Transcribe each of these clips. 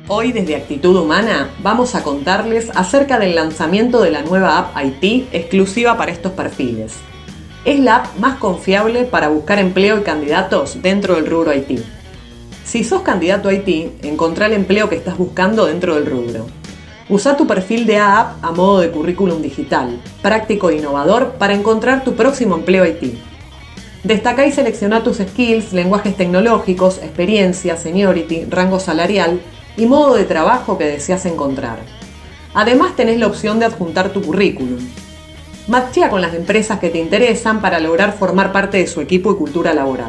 Hoy desde Actitud Humana vamos a contarles acerca del lanzamiento de la nueva app IT exclusiva para estos perfiles. Es la app más confiable para buscar empleo y candidatos dentro del rubro IT. Si sos candidato a IT, encontrá el empleo que estás buscando dentro del rubro. Usa tu perfil de app a modo de currículum digital, práctico e innovador para encontrar tu próximo empleo IT. Destacá y selecciona tus skills, lenguajes tecnológicos, experiencia, seniority, rango salarial y modo de trabajo que deseas encontrar. Además tenés la opción de adjuntar tu currículum. Matchea con las empresas que te interesan para lograr formar parte de su equipo y cultura laboral.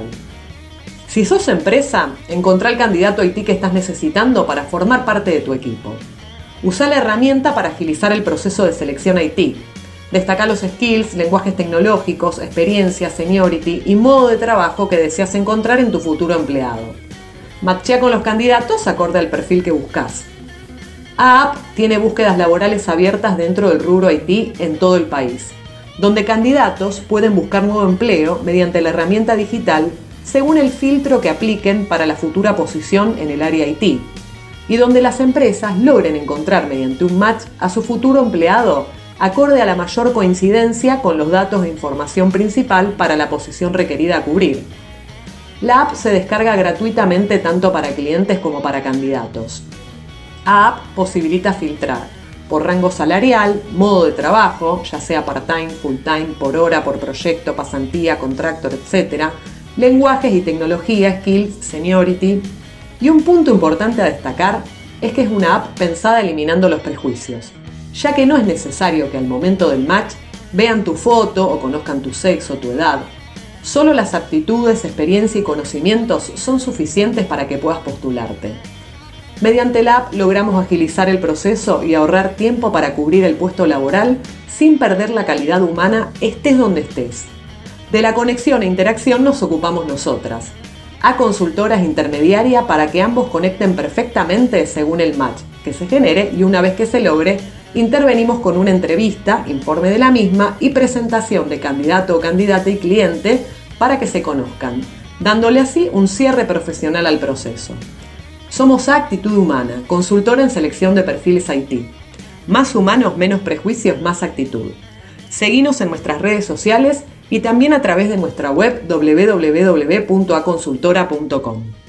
Si sos empresa, encontrá el candidato IT que estás necesitando para formar parte de tu equipo. Usá la herramienta para agilizar el proceso de selección IT. Destacá los skills, lenguajes tecnológicos, experiencia, seniority y modo de trabajo que deseas encontrar en tu futuro empleado. Matchea con los candidatos acorde al perfil que buscas. AAP tiene búsquedas laborales abiertas dentro del rubro IT en todo el país, donde candidatos pueden buscar nuevo empleo mediante la herramienta digital según el filtro que apliquen para la futura posición en el área IT, y donde las empresas logren encontrar mediante un match a su futuro empleado acorde a la mayor coincidencia con los datos de información principal para la posición requerida a cubrir. La app se descarga gratuitamente tanto para clientes como para candidatos. AAP posibilita filtrar por rango salarial, modo de trabajo, ya sea part-time, full-time, por hora, por proyecto, pasantía, contractor, etc., lenguajes y tecnología, skills, seniority. Y un punto importante a destacar es que es una app pensada eliminando los prejuicios, ya que no es necesario que al momento del match vean tu foto o conozcan tu sexo o tu edad. Solo las aptitudes, experiencia y conocimientos son suficientes para que puedas postularte. Mediante la app logramos agilizar el proceso y ahorrar tiempo para cubrir el puesto laboral sin perder la calidad humana, estés donde estés. De la conexión e interacción nos ocupamos nosotras. A Consultora es intermediaria para que ambos conecten perfectamente según el match que se genere, y una vez que se logre, intervenimos con una entrevista, informe de la misma y presentación de candidato o candidata y cliente para que se conozcan, dándole así un cierre profesional al proceso. Somos Actitud Humana, consultora en selección de perfiles IT. Más humanos, menos prejuicios, más actitud. Seguinos en nuestras redes sociales y también a través de nuestra web www.aconsultora.com.